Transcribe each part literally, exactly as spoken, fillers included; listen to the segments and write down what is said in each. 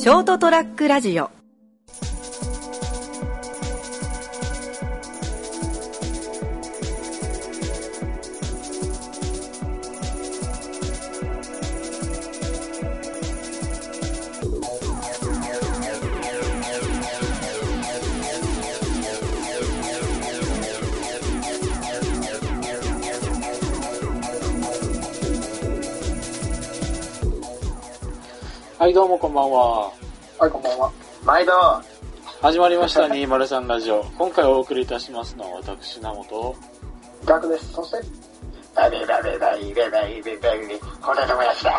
ショートトラックラジオ。 はいどうもこんばんは。 はいこんばんは。 毎度始まりましたにひゃくさんラジオ。今回お送りいたしますのは私名本ガクです。そしてバビバビバビバビバビバビホタテもやつ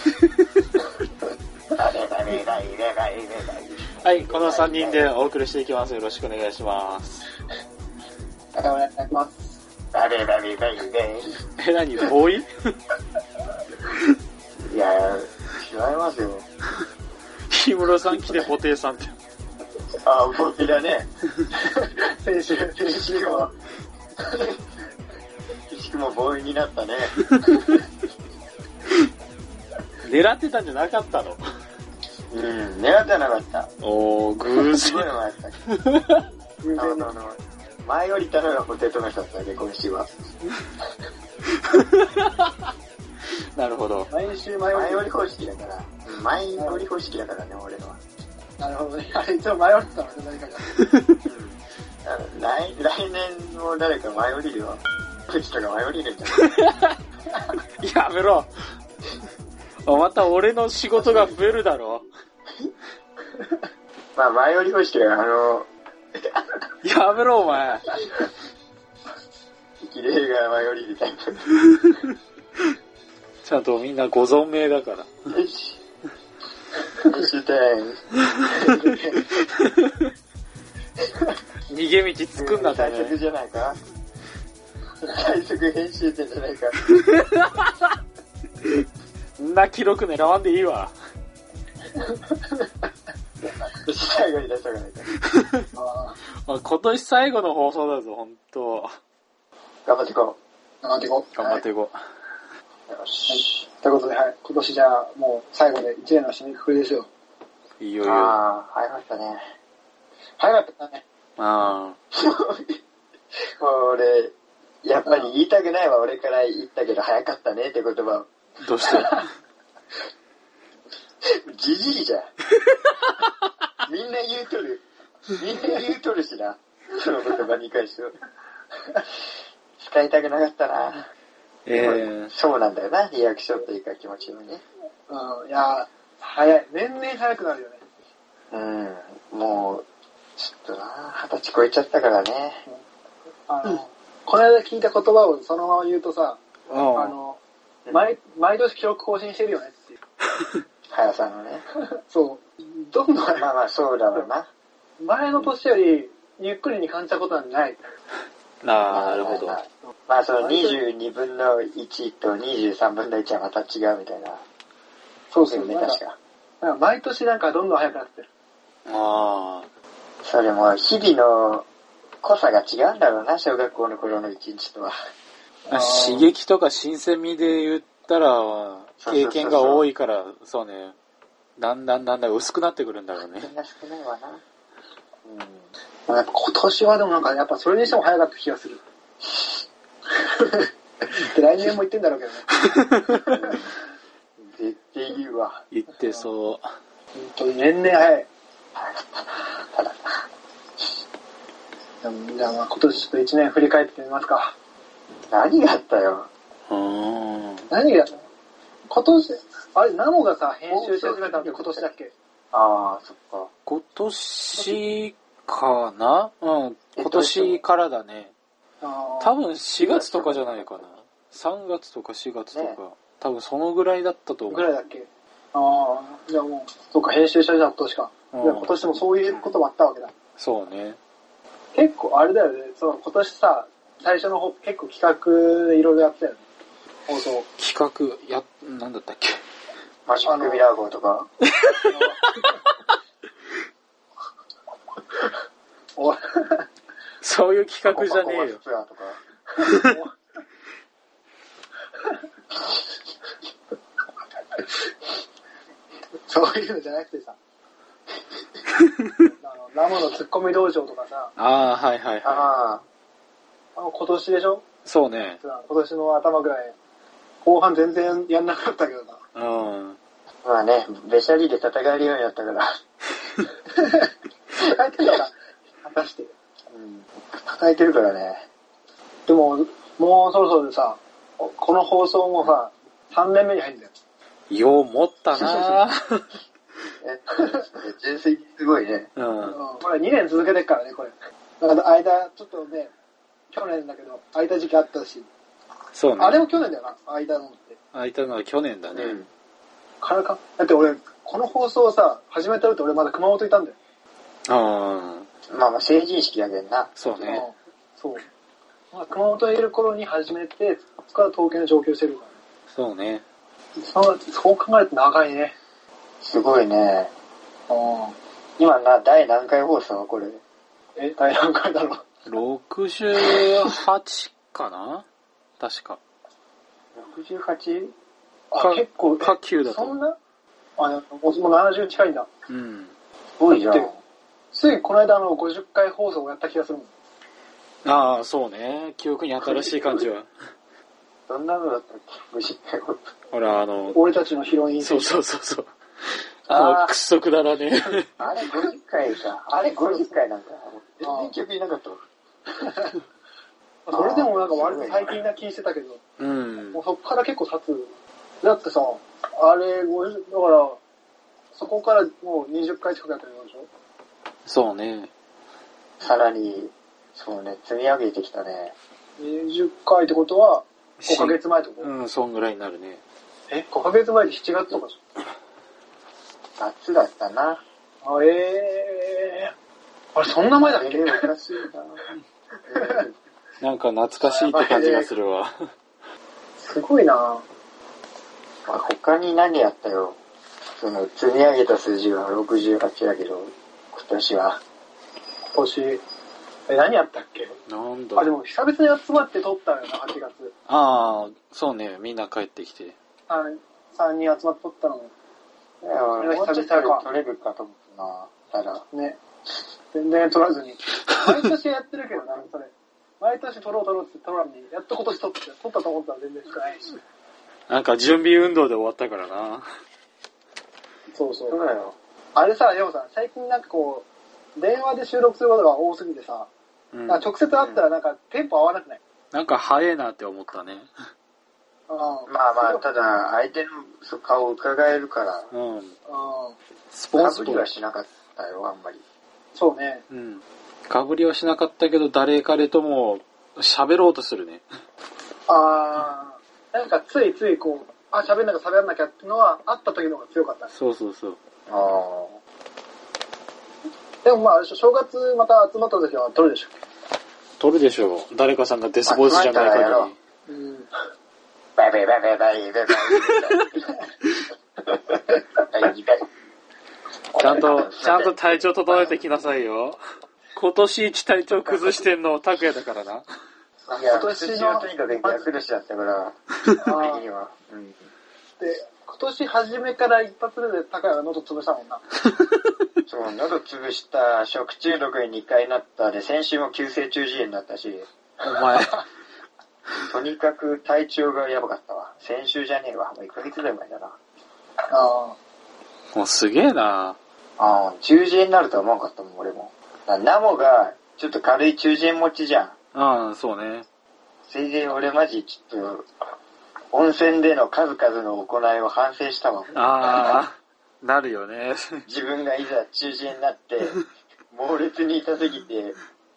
ですバビバビバビバビバビバビ。 はい、このさんにんでお送りしていきます。よろしくお願いします。 はいお願いします。 バビバビバビバビ。 え、何遠いいや違いますよ。 氷室さん来て布袋さんってあ、僕だね。 先週先週は岸君もボーイになったね。 狙ってたんじゃなかったの？ うん、狙ってなかった。 おー、偶すごい然のがあった。偶然のの前降りたのがポテトの人だったね、今週は。 なるほど。 毎週前前降り降り方式だから。前降り方式だからね、俺のは。 なるほどね。あれいつも前降りてたのね、何かが。 うん、来, 来年も誰か前降りるよ。口とか前降りるんじゃないやめろ。また俺の仕事が増えるだろ。 まあ前降り方式だから、あの、 やめろお前。 綺麗が前降りるタイプ。 ちゃんとみんなご存命だから。 よし。編集点。 逃げ道作んなって最速ね。 じゃないか最速編集点じゃないか。 んな記録狙わんでいいわ。 最後に出したくないか。 あ今年最後の放送だぞ、ほんと。 頑張っていこあ、頑張っていこう。 頑張っていこう。よし。 ということで、はい。今年じゃあ、もう最後でいちねんの締めくくりですよ。 う。いいよいいよ。 ああ、早かったね。 早かったね。 あ俺、やっぱり言いたくないわ、俺から言ったけど早かったねって言葉を。 ー。どうしてじじいじゃん。みんな言うとる。みんな言うとるしな。その言葉に関しては。使いたくなかったな。 えー、 そうなんだよな、リアクションというか気持ちのね。 うん、いや、早い。年々早くなるよね。 うん、もう、ちょっとな、二十歳超えちゃったからね。 あの、うん、この間聞いた言葉をそのまま言うとさ、あの、毎、毎年記録更新してるよねっていう。 速さのね。 そう。どんどん、 まあまあそうだろうな。 前の年よりゆっくりに感じたことはない。 ああ、なるほど。 まあそのにじゅうにぶんのいちとにじゅうさんぶんのいちはまた違うみたいな。 そうそうね、確か。 なんか毎年なんかどんどん早くなってる。 ああ。 それも日々の濃さが違うんだろうな、小学校の頃の一日とは。 刺激とか新鮮味で言ったら、経験が多いから、そうね。だんだんだんだん薄くなってくるんだろうね。 経験が少ないわな。 うん。やっぱ今年はでもなんかやっぱそれにしても早かった気がする。来年も言ってんだろうけどね。 絶対言うわ。 言ってそう。 本当に年々早い。 早かったな。ただ。 じゃあまあ今年ちょっと一年振り返ってみますか。 何があったよ。 うーん。 何があったの？今年、あれ、ナモがさ、編集し始めたのって今年だっけ？ ああ、そっか。 今年かな？うん。今年からだね。多分しがつとかじゃないかな。さんがつとかしがつとか。ね、多分そのぐらいだったと思う。 ぐらいだっけ？ああ、じゃあもう、そうか、編集し始めた今年か。うん、じゃあ今年もそういうこともあったわけだ。 そうね。 結構あれだよね、その今年さ、最初の方結構企画でいろいろやったよね。放送。 企画、や、なんだったっけ？ マジックミラー号とか。 そういう企画じゃねえよ。 ツアーとか。 そういうのじゃなくてさ、 ラムのツッコミ道場とかさ。 ああ、はいはいはい。 ああの今年でしょ？ そうね。 今年の頭ぐらい。後半全然やんなかったけどな。 うん。 まあね、べしゃりで戦えるようになったから。 戦えてるのか果たして。 うん。戦えてるからね。 でも、もうそろそろでさ、この放送もさ、さんねんめに入るんだよ。 よう持ったなぁ。 純粋にすごいね。 うん。 これにねん続けてっからね、これ。だから間、ちょっとね、去年だけど、空いた時期あったし。 そうね。 あれも去年だよな、空いたのって。 空いたのは去年だね。うん。 からか。だって俺、この放送をさ、始めたって俺まだ熊本いたんだよ。 ああ。まあまあ成人式やけんな。 そうね。 そう。まあ、熊本にいる頃に始めて、そこから東京に上京してるからね。 そうね。 そう、そう考えると長いね。 すごいね。 ああ。 今な、第何回放送これ。 え、第何回だろう。 ろくじゅうはちかな確か。 ろくじゅうはち? あ、結構。 かきゅうだと。 そんなあ、もうななじゅう近いんだ。 うん。 すごいじゃん。 ついこの間のごじゅっかい放送をやった気がするもん。 ああ、そうね。記憶に新しい感じは。 どんなのだったっけごじゅっかい放送。 ほら、あの、 俺たちのヒロイン。 そうそうそうそう。あの、くっそくだらね。 あれごじゅっかいか。あれごじゅっかいなんか。全然記憶になかったわ。 それでもなんか割と最近な気してたけど。 うん。 もうそっから結構経つ。だってさ、あれごじゅう、だから、そこからもうにじゅっかい近くやってるでしょ？ そうね。 さらに、そうね、積み上げてきたね。 にじゅっかいってことは、ごかげつまえってこと？ うん、そんぐらいになるね。 え、ごかげつまえでしちがつとかじゃん。夏だったな。 あ、ええー。あれ、そんな前だっけ？ えー、おかしいな。なんか懐かしいって感じがするわ。 すごいな。 まあ、他に何やったよ。その、積み上げた数字はろくじゅうはちだけど、今年は。 今年、え、何やったっけ？ なんだ。 あ、でも久々に集まって撮ったよな、はちがつ。 ああ、そうね、みんな帰ってきて。 あ、さんにん集まって撮ったの。 いや、俺も久々か。撮れるかと思ったな。ただ。 ね。全然撮らずに。毎年やってるけどな、それ。毎年撮ろう撮ろうって撮らずに、やっと今年撮って、撮ったと思ったら全然少ないし。 なんか準備運動で終わったからな。 そうそう。 そうだよ。 あれさ、ヤモさん、最近なんかこう、電話で収録することが多すぎてさ、うん、直接会ったらなんかテンポ合わなくない？ なんか早いなって思ったね。 あまあまあ、ただ相手の顔を伺えるから、 うん。 スポンスリはしなかったよ、あんまり。 そうね。 うん。かぶりはしなかったけど、誰彼とも喋ろうとするね。 ああ、なんかついついこう、あ、喋んなきゃ喋らなきゃっていうのは、会った時の方が強かった。 そうそうそう。 ああ。 でもまあ、正月また集まった時は撮るでしょ。 撮るでしょう。誰かさんがデスボイスじゃない限り。うん。 バイバイバイバイバイバイバイバイ。 ちゃんと、ちゃんと体調整えてきなさいよ。今年一体調崩してんの拓也だからな。 いや、今年はとにかく逆でしだったから、的には。うん。 で、今年初めから一発目で拓也が喉潰したもんな。 そう、喉潰した、食中毒ににかいなったで、先週も急性中耳炎になったし。 お前。 とにかく体調がやばかったわ。先週じゃねえわ。もういっかげつぐらい前だな。ああ。 もうすげえな。 ああ、中耳炎になるとは思わなかったもん、俺も。ナモが、ちょっと軽い中耳炎持ちじゃん。 ああ、そうね。 それで俺マジちょっと、温泉での数々の行いを反省したわ。 ああ、なるよね。 自分がいざ中耳炎になって、猛烈に痛すぎて、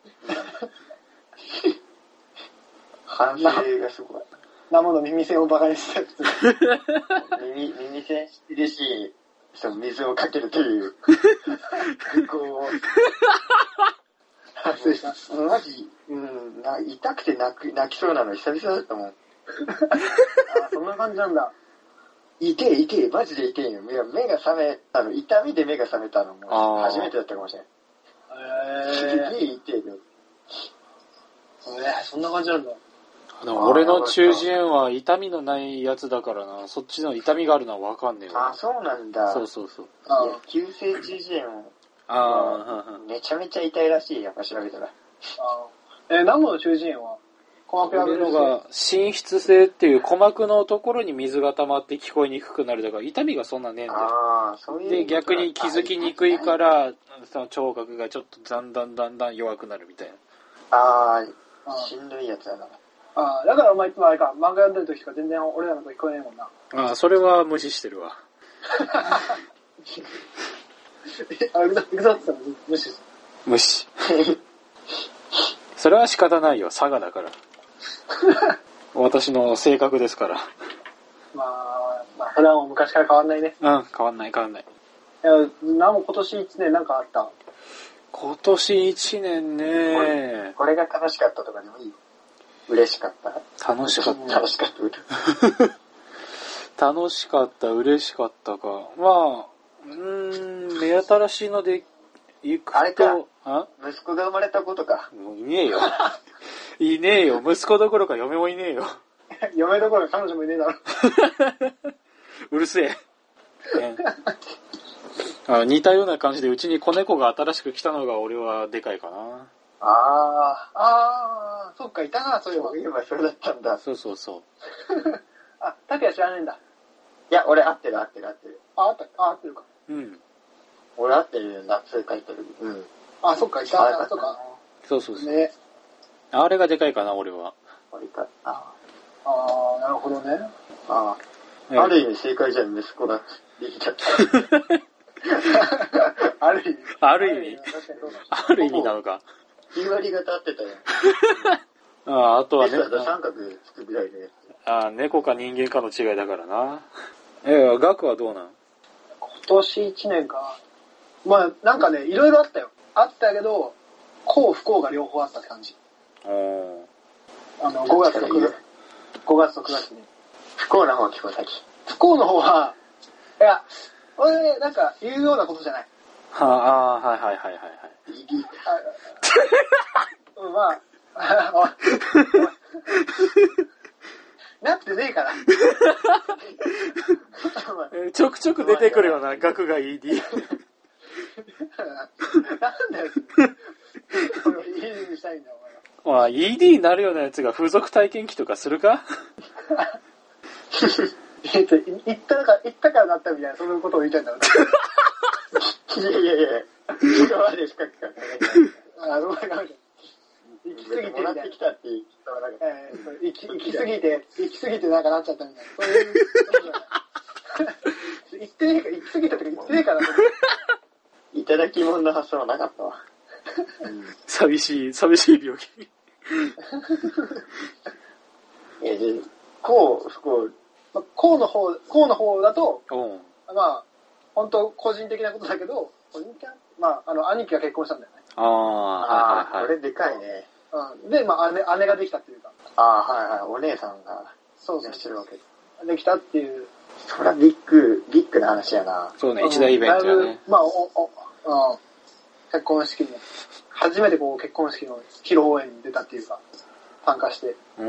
反省がすごい。 ナモの耳栓をバカにしたやつ。 耳、耳栓してるし、その水をかけるという、こう、 発生した。 マジ、うん、な痛くて泣く、泣きそうなの久々だったもん。 あ、そんな感じなんだ。 痛え、痛え、マジで痛えよ。目が、目が覚めたの、痛みで目が覚めたのも初めてだったかもしれない。 へぇー。 すげえ痛えよ。 えー、そんな感じなんだ。 でも俺の中耳炎は痛みのないやつだからな、そっちの痛みがあるのはわかんねえわ。 あ、そうなんだ。 そうそうそう。 いや、急性中耳炎ああ、 めちゃめちゃ痛いらしい、やっぱ調べたら。 あえー、ナムの中耳炎は鼓膜破れるのが滲出性っていう鼓膜のところに水が溜まって聞こえにくくなる。だから痛みがそんなねえんだよ。 ああ、そういう。 で、逆に気づきにくいから、その聴覚がちょっとだんだんだんだん弱くなるみたいな。 ああ、しんどいやつだな。 ああ、だからお前いつもあれか、漫画読んでる時とか全然俺らの声聞こえないもんな。 ああ、それは無視してるわ。 あ、うざ、うざってたの無視する。 無視。それは仕方ないよ、佐賀だから。私の性格ですから。 まあ、まあ、それはもう昔から変わんないね。 うん、変わんない変わんない。 いや、なんも今年一年なんかあった。 今年一年ね。 これが楽しかったとかでもいい？嬉しかった？ 楽しかった。 楽しかった。 楽しかった、嬉しかったか。まあ、うーん、目新しいので行くと、 あれかあ息子が生まれたことか。 もういねえよ。いねえよ。息子どころか嫁もいねえよ。 嫁どころか彼女もいねえだろ。 うるせえ。ね、あ似たような感じでうちに子猫が新しく来たのが俺はでかいかな。 ああ、 ああ、そっか、いたな、そういえば。 そういえばそうだったんだ。 そうそうそう。 あ、タケは知らねえんだ。 いや、俺合ってる合ってる合ってる。 あ、あった、あ、合ってるか。 うん。 俺合ってるんだ、それ書いてる。うん。 あ、そっか、いた、あ、そっか。 そうそうそう。 ね。 あれがでかいかな、俺は。 俺か。あああ、なるほどね。 あ。 ええある意味正解じゃん、息子だ。できちゃった。 ある意味。 ある意味確かにそうだ。 ある意味なのか。 きゅう割方合ってたよ。 ああとはね。 だ三角つくぐらいで。 ああ、猫か人間かの違いだからな。ええ、ガクはどうなん？ 今年一年か。まあ、なんかね、いろいろあったよ。あったけど、幸不幸が両方あったって感じ。 おー。 あの、ごがつとくがつ。ごがつとくがつに。 不幸な方聞こう、先。 不幸の方は、いや、俺、なんか言うようなことじゃない。 はあ、あーはいはいはいはいはい。 あうん、まあ、おいなってねえから。 ちょくちょく出てくるよな、ガクが イーディー。 なんだよ。これを イーディー にしたいんだよ、お前は。 まあ、イーディー になるようなやつが風俗体験記とかするかえっと、言ったか、言ったからなったみたいな、そういうことを言いたいんだろういやいやいや、今まで深く考えな。あ、ごめんごめん。行き過ぎてみたいな。 もらってきたって言ったらなんか、 えー、行き、行き過ぎて、行き過ぎてなんかなっちゃったみたいな。そういうことじゃない。行ってねえか、行き過ぎたとか言ってねえからな。 いただき物の発想はなかったわ。うん、 寂しい、寂しい病気。 いや、で、こう、不幸。 まあ、こうの方、こうの方だと、 うん。 まあ、本当個人的なことだけど、個人的な、まあ、あの、兄貴が結婚したんだよね。 ああ、はいはいはい。 これでかいね。 うん。で、まあ、姉、姉ができたっていうか。 ああ、はいはい。お姉さんが、 そうそう。 してるわけ。 できたっていう。 そりゃビッグ、ビッグな話やな。 そうね、一大イベントやね。 まあ、お、お、うん。結婚式に、初めてこう結婚式の披露宴に出たっていうか、参加して。 うん。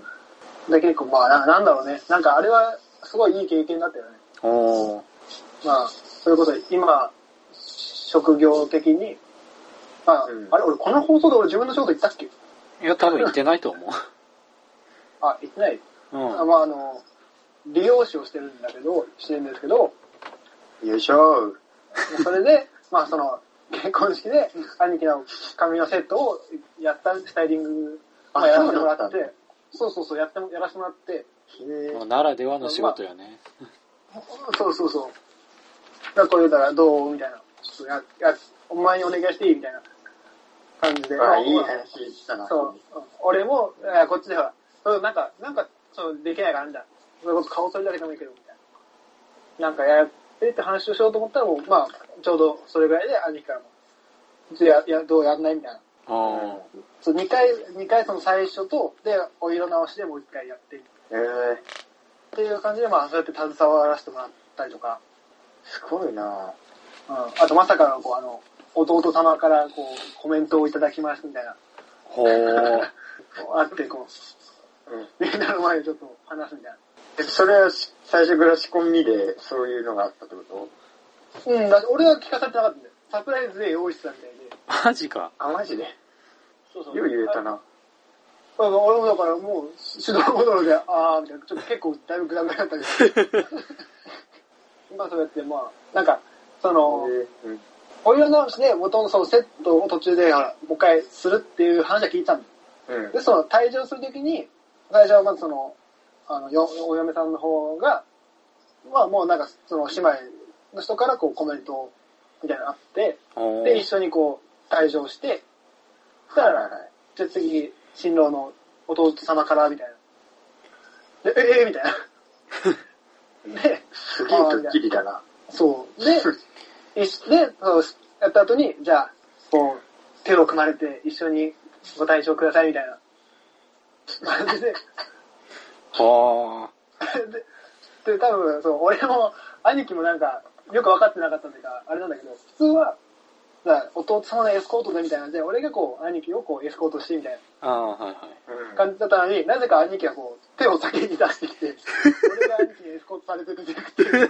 で、結構まあな、なんだろうね。なんかあれはすごいいい経験だったよね。 おー。 まあ、それこそ今、職業的に、まあ、うん、あれ俺この放送で俺自分の仕事言ったっけ？ いや、多分言ってないと思う。 あ、言ってない？ うん。 あまああの、理容師をしてるんだけど、してるんですけど、 よいしょー。それで、まあその、結婚式で兄貴の髪のセットをやったスタイリング、まあ、やらせてもらって、そうそうそう、やっても、やらせてもらって、 もうならではの仕事やね。 まあ、そうそうそう。だからこう言うたらどうみたいな。ちょっとや、や、お前にお願いしていいみたいな感じで。 ああ、いい話したな。 そう。俺も、いやこっちでは、そうなんか、なんか、そう、できないからなんだ。それこそ顔それだけでもいいけど、みたいな。なんかやってって話をしようと思ったらもう、まあ、ちょうどそれぐらいで兄貴からも、や、や、どうやんないみたいな。 あそう、二回、二回その最初と、で、お色直しでもう一回やって、 へえ。 っていう感じで、まあ、そうやって携わらせてもらったりとか。 すごいなうん。あと、まさかの、こう、あの、弟様から、こう、コメントをいただきますみたいな。 ほー。 あって、こう、うん。みんなの前でちょっと話すみたいな。 え、それは最初から仕込みでそういうのがあったってこと？ うん、だ俺は聞かされてなかったんだよ。 サプライズで用意してたみたいで。 マジか。 あ、マジで。 そうそう。 よう言えたな。 俺もだからもう、手動モドロで、あーみたいな、ちょっと結構だいぶグダグダだったけど。まあそうやって、まあ、なんか、その、 えーうん、 お色直しで元のそのセットを途中で、ほら、もう一回するっていう話は聞いたんだよ。 うん、 で、その退場するときに、最初はまずその、あの、よお嫁さんの方が、まあもうなんか、その姉妹の人からこうコメントみたいなのあって、で、一緒にこう、退場して、そしたら、じゃあ次、新郎の弟様から、みたいな。で、ええー、みたいな。で、 すげえドッキリだな。 そう。で、で、そうやった後に、じゃあ、こう、手を組まれて一緒にご退場ください、みたいな感じで。 はで、で、多分、そう、俺も、兄貴もなんか、よく分かってなかったんだから、あれなんだけど、普通は、弟様のエスコートでみたいなので、俺がこう、兄貴をこう、エスコートしてみたいあ。ああ、はいはい。 な感じだったのに、なぜか兄貴はこう、手を先に出してきて、俺が兄貴にエスコートされて出てくっていう。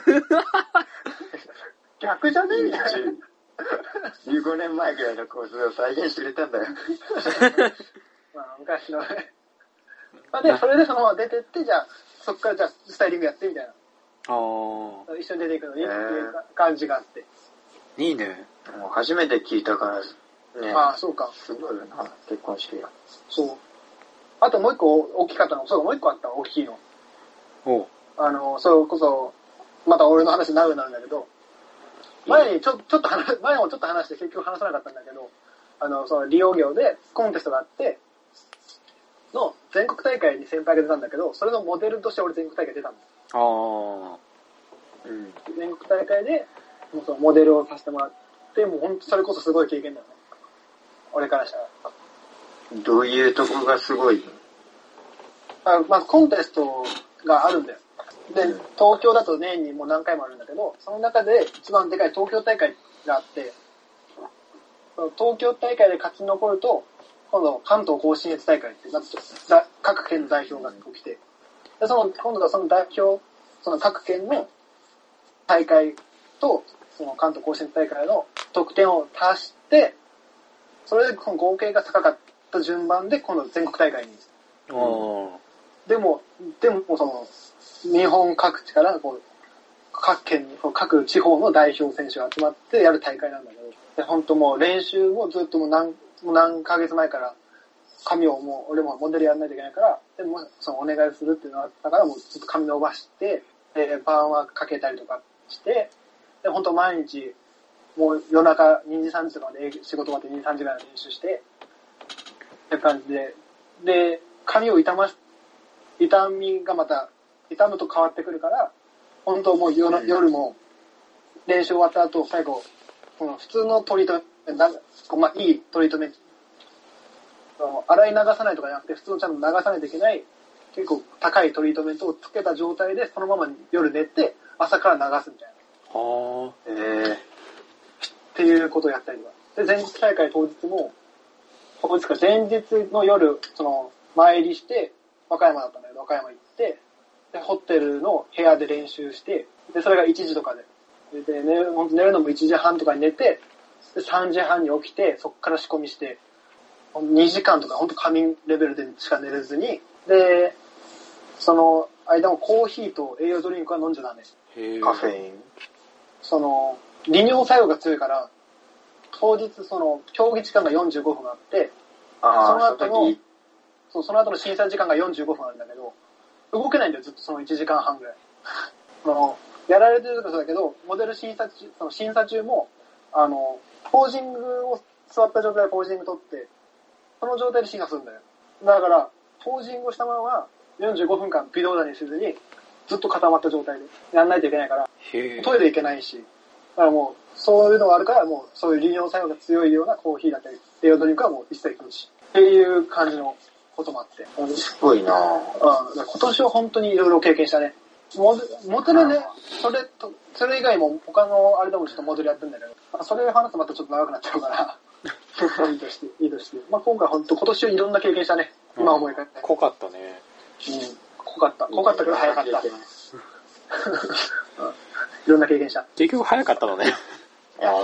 逆じゃねえみたいな。 じゅうごねんまえくらいの構図を再現してくれたんだよ。 まあ、昔のね。まあ、で、それでそのまま出てって、じゃあ、そっからじゃあ、スタイリングやってみたいな。 ああ。 一緒に出ていくのにっていう感じがあって。 いいね。 もう初めて聞いたからね。 ああ、そうか。 すごいよな、結婚式が。 そう。あともう一個大きかったの、そう、もう一個あった大きいの。 おう。 あの、それこそ、また俺の話になるなんだけど、前にちょちょっと話、前もちょっと話して結局話さなかったんだけど、あの、その利用業でコンテストがあって、の全国大会に先輩が出たんだけど、それのモデルとして俺全国大会出たんだ。 ああ。 うん。全国大会で、もうそのモデルをさせてもらって、もうほんとそれこそすごい経験だよね。俺からしたら。 どういうとこがすごい？ あ、まあコンテストがあるんだよ。で、東京だと年にもう何回もあるんだけど、その中で一番でかい東京大会があって、東京大会で勝ち残ると、今度関東甲信越大会ってなって、各県の代表が起きて、でその今度はその代表、その各県の大会と、その関東甲信越大会の得点を足して、それでこの合計が高かった順番で今度全国大会に。 うん、 でも、でもその、日本各地からこう各県、各地方の代表選手が集まってやる大会なんだけど、で本当もう練習もずっともう何もう何ヶ月前から髪をもう俺もモデルやらないといけないから、でもそのお願いするっていうのがあったからもうずっと髪伸ばして、でパーマかけたりとかして、で本当毎日もう夜中にじさんじとかまで仕事終わってにじさんじぐらいまで練習して、って感じで、で髪を傷ま痛みがまた痛むと変わってくるから、本当もう 夜, 夜も練習終わった後、最後、この普通のトリートメント、まあいいトリートメント、洗い流さないとかじゃなくて、普通のちゃんと流さないといけない、結構高いトリートメントをつけた状態で、そのまま夜寝て、朝から流すみたいな。 はえー、 っていうことをやったりとか。で、全国大会当日も、当日か前日の夜、その、参りして、和歌山だったんだけど、和歌山行って、で、ホテルの部屋で練習して、で、それがいちじとかで。で、寝る、寝るのもいちじはんとかに寝て、で、さんじはんに起きて、そっから仕込みして、にじかんとか、ほんと仮眠レベルでしか寝れずに、で、その間もコーヒーと栄養ドリンクは飲んじゃダメです。 カフェイン。 その、利尿作用が強いから、当日その、競技時間がよんじゅうごふんあって、 あその後のその時、 そう、その後の審査時間がよんじゅうごふんあるんだけど、動けないんだよ、ずっとそのいちじかんはんぐらい。その、やられてるとかそうだけど、モデル審査中、その審査中も、あの、ポージングを座った状態でポージング取って、その状態で審査するんだよ。だから、ポージングをしたままよんじゅうごふんかん微動だにせずに、ずっと固まった状態でやんないといけないから、トイレ行けないし、だからもう、そういうのがあるから、もう、そういう利尿作用が強いようなコーヒーだったり、栄養ドリンクはもう一切禁止。っていう感じのこともあって。 すごいなぁ。 今年は本当にいろいろ経験したね。モデモデルね、それと、それ以外も他のあれでもちょっとモデルやってんだけど、まあ、それを話すとまたちょっと長くなっちゃうから、いいとして、いいとして。まあ今回本当今年はいろんな経験したね。今思い返って。 濃かったね。 うん。濃かった。濃かったけど早かった。いろんな経験した。 結局早かったのね。 いや、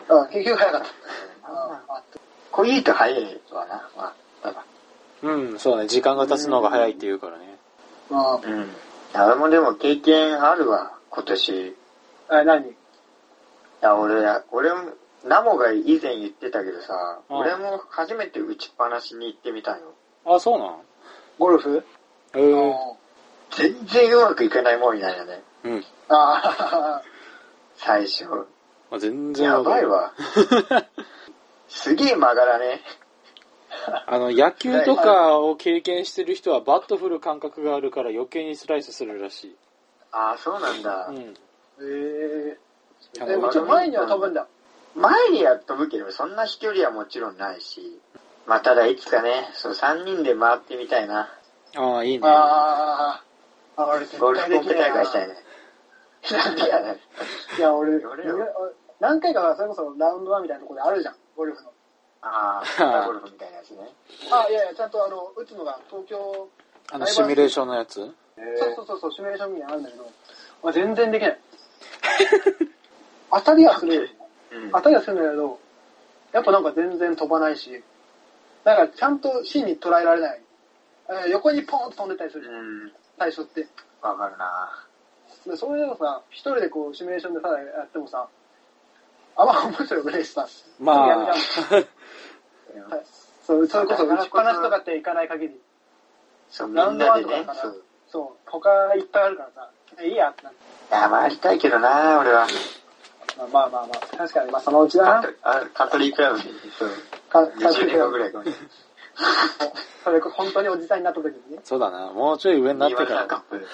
あ、結局早かった。 ああこれいいと早いわな。まあ、ただ。 うん、そうだね。時間が経つのが早いって言うからね。 あうん。俺もでも経験あるわ、今年。 あ。え、何？ いや、俺、俺も、ナモが以前言ってたけどさ、 うん俺も初めて打ちっぱなしに行ってみたよ。 あ、そうなん？ ゴルフ？ えー、 全然うまくいかないもんなんよね。 うん。 ああ。 最初。 あ、全然やわかる。 ばいわ。すげえ曲がらね。 あの、野球とかを経験してる人はバット振る感覚があるから余計にスライスするらしい。 ああ、そうなんだ。 うん。 へえー。 あでもの一応前には飛ぶんだ。 前には飛ぶけど、そんな飛距離はもちろんないし。まあ、ただいつかね、そうさんにんで回ってみたいな。 ああ、いいね。 ああ。あ、俺絶ゴルフコンペ対できないな。 大会したいね。なんでやねん。 いや、俺、 やれよ何回かそれこそラウンドワンみたいなところであるじゃん、ゴルフの。 ああ、ゴルフみたいなやつね。 あ、いやいや、ちゃんとあの、打つのが東京、 あの、シミュレーションのやつ？ そうそうそうそう、シミュレーションみたいなのあるんだけど、まあ、全然できない。当たりはする。 うん。 当たりはするんだけど、やっぱなんか全然飛ばないし、なんかちゃんと芯に捉えられない。えー横にポーンと飛んでたりするじゃん、 うん。 最初って。 わかるな。 でそれでもさ、一人でこう、シミュレーションでさ、やってもさ、あんま面白くないしさ。 まあ、 やめやめはいそう、それこそ打ちっぱなしとかっていかない限り。 そう、みラウンドんなでねワンとかだ。から、 そう。 そう、他いっぱいあるからさ、いいやってなって。 いや、回りたいけどな、俺は。 まあまあまあまあ、確かに、まあそのうちだな。 カントリー、あカントリークラブに、そう。 かにじゅうねんごぐらいかもしれない。 それ本当におじさんになった時にね。 そうだな。もうちょい上になってかにまるさんカッら。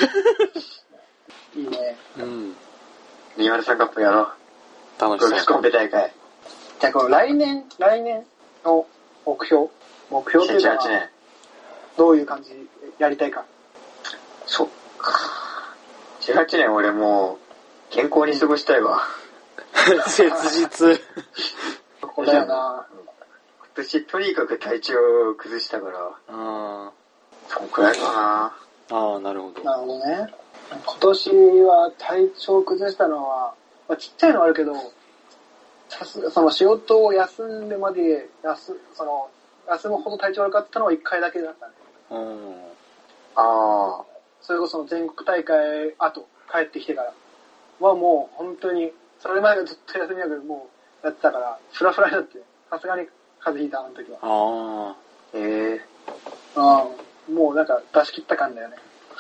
プ。 いいね。 うん。 にまるさんカップやろう。 楽しゴルフコンペ大会。 じゃあこの来年、来年の目標目標っていうにせんじゅうはちのは、 ねん。 どういう感じでやりたいか。 そっか。じゅうはちねん俺もう、健康に過ごしたいわ。 う。切実。 ここだよな。 今年とにかく体調を崩したから、 あそんくらいかな。 ああ、なるほど。 なるほどね。今年は体調崩したのは、まあ、ちっちゃいのはあるけど、さすがその仕事を休んでまで休その休むほど体調悪かったのは一回だけだったね。 うん。 ああ。 それこそその全国大会後帰ってきてからはもう本当にそれまでずっと休みなくもうやってたからフラフラになってさすがに風邪ひいたあの時は。 ああ。 ええああもうなんか出し切った感だよね。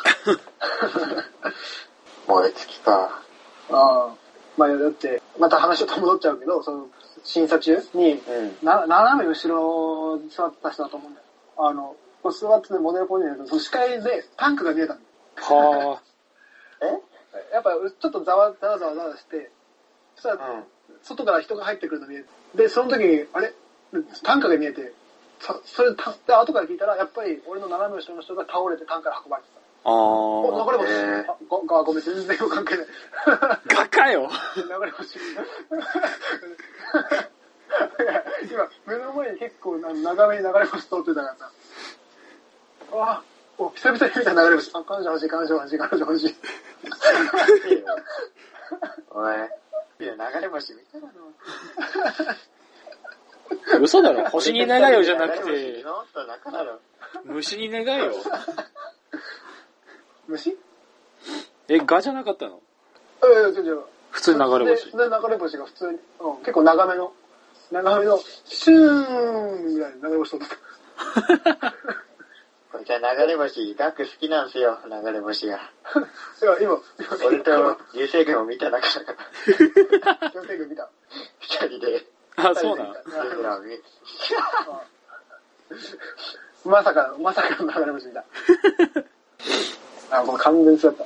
燃え尽きか。 ああまあだってまた話ちょっと戻っちゃうけどその審査中にうん。 な斜め後ろに座ってた人だと思うんだよ。あのこう座っててモデルポジションでその視界でタンクが見えたの。 はえやっぱちょっとざわざわざわざわしてそしたら、 うん。 外から人が入ってくるの見えて、で、その時に、あれ担架が見えて、そそれた、で、後から聞いたら、やっぱり俺の斜め後ろの人が倒れて担架で運ばれてた。 あ。 お、 あ流れ星。 へーあごごごめん、全然関係ない。 あ。がかよ。 流れ星。いや今、目の前に結構な長めに流れ星通ってたからさ。あお、久々に見た流れ星。あ、彼女欲しい、彼女欲しい、彼女欲しい。 おい。いや、流れ星見ただろ。 嘘だろ。星に願いよじゃなくて、 流れ星のった中だろ。 虫に願いよ。 虫え、ガじゃなかったの？ ええ、違う違う。 普通に流れ星。 で、で流れ星が普通に、うん、結構長めの、長めの、シューンぐらいの流れ星取ってた。 これじゃ流れ星、ガク好きなんすよ、流れ星が。 いや、今、今、 俺と流星群を見た中だから。 両手軍見た。 二人で。 あ、そうなん。 俺らを見まさか、まさかの流れ星見た。あ、もう完全にそうだった。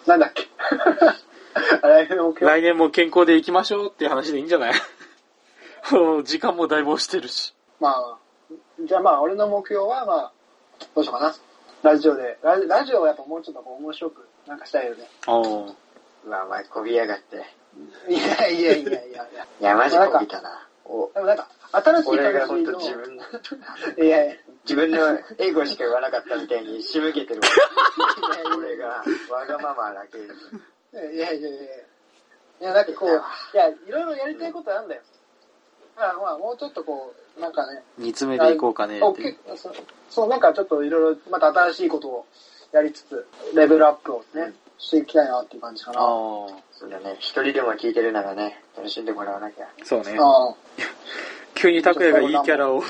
なんだっけ。来年の目標。 来年も健康で行きましょうっていう話でいいんじゃない？もう時間もだいぶ押してるし。 まあ、じゃあまあ、俺の目標はまあ、どうしようかな。ラジオで、ラジラジオはやっぱもうちょっとこう面白くなんかしたいよね。 ああ。 うわ、お前こびやがって。 いやいやいやいやいや。 いや、マジこびたな。おでもなんか、新しい俺が形の。 ほんと自分の、 いやいや。 自分のエゴしか言わなかったみたいに仕向けてるわ。俺がわがままだけ。 いやいやいやいや。 いや、なんかこう、いや、いろいろやりたいことあるんだよ。だからまあ、もうちょっとこう、なんかね。 煮詰めていこうかねって。 そう、そう、なんかちょっといろいろ、また新しいことをやりつつ、レベルアップをね、うん、していきたいなっていう感じかな。ああ。 そうだね。一人でも聞いてるならね、楽しんでもらわなきゃ。 そうね。ああ。急に拓也がいいキャラを。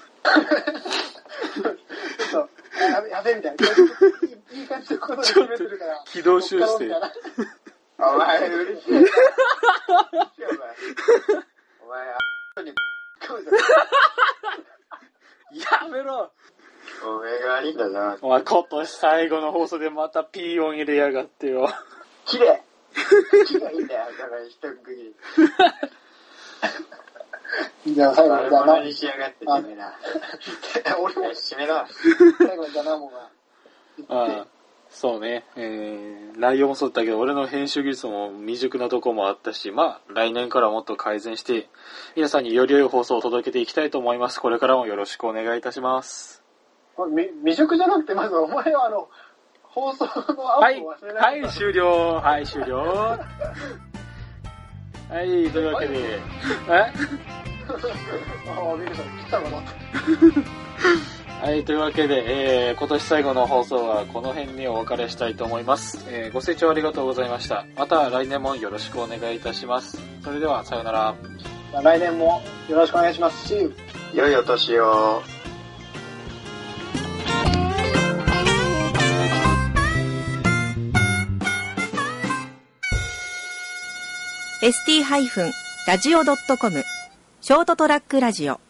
そう。やべ、やべみたいな。いい感じのことで決めてるから。 軌道修正。 お前、うるせえな。お前、あに、 やめろ。 お前が悪いんだな。 お前、今年最後の放送でまたピー音入れやがってよ。 綺麗。綺麗いいんだよ、だから一区切り。 じゃあ最後にじゃあな。 にしやがっててめえな。俺も締めろ。 最後にじゃあなもが。 ああ、そうね。えー、内容もそうだったけど、俺の編集技術も未熟なとこもあったし、まあ、来年からもっと改善して、皆さんにより良い放送を届けていきたいと思います。これからもよろしくお願いいたします。 み未熟じゃなくて、まずお前はあの、放送のアップを忘れない。 はい、はい、終了。はい、終了。はい、というわけで、えああ、びっくりした。来たのかはい、というわけで、えー、今年最後の放送はこの辺にお別れしたいと思います。えー、ご清聴ありがとうございました。また来年もよろしくお願いいたします。それでは、さようなら。 来年もよろしくお願いします。See you。 良いお年を。 エスティー ラジオ ドットコム ショートトラックラジオ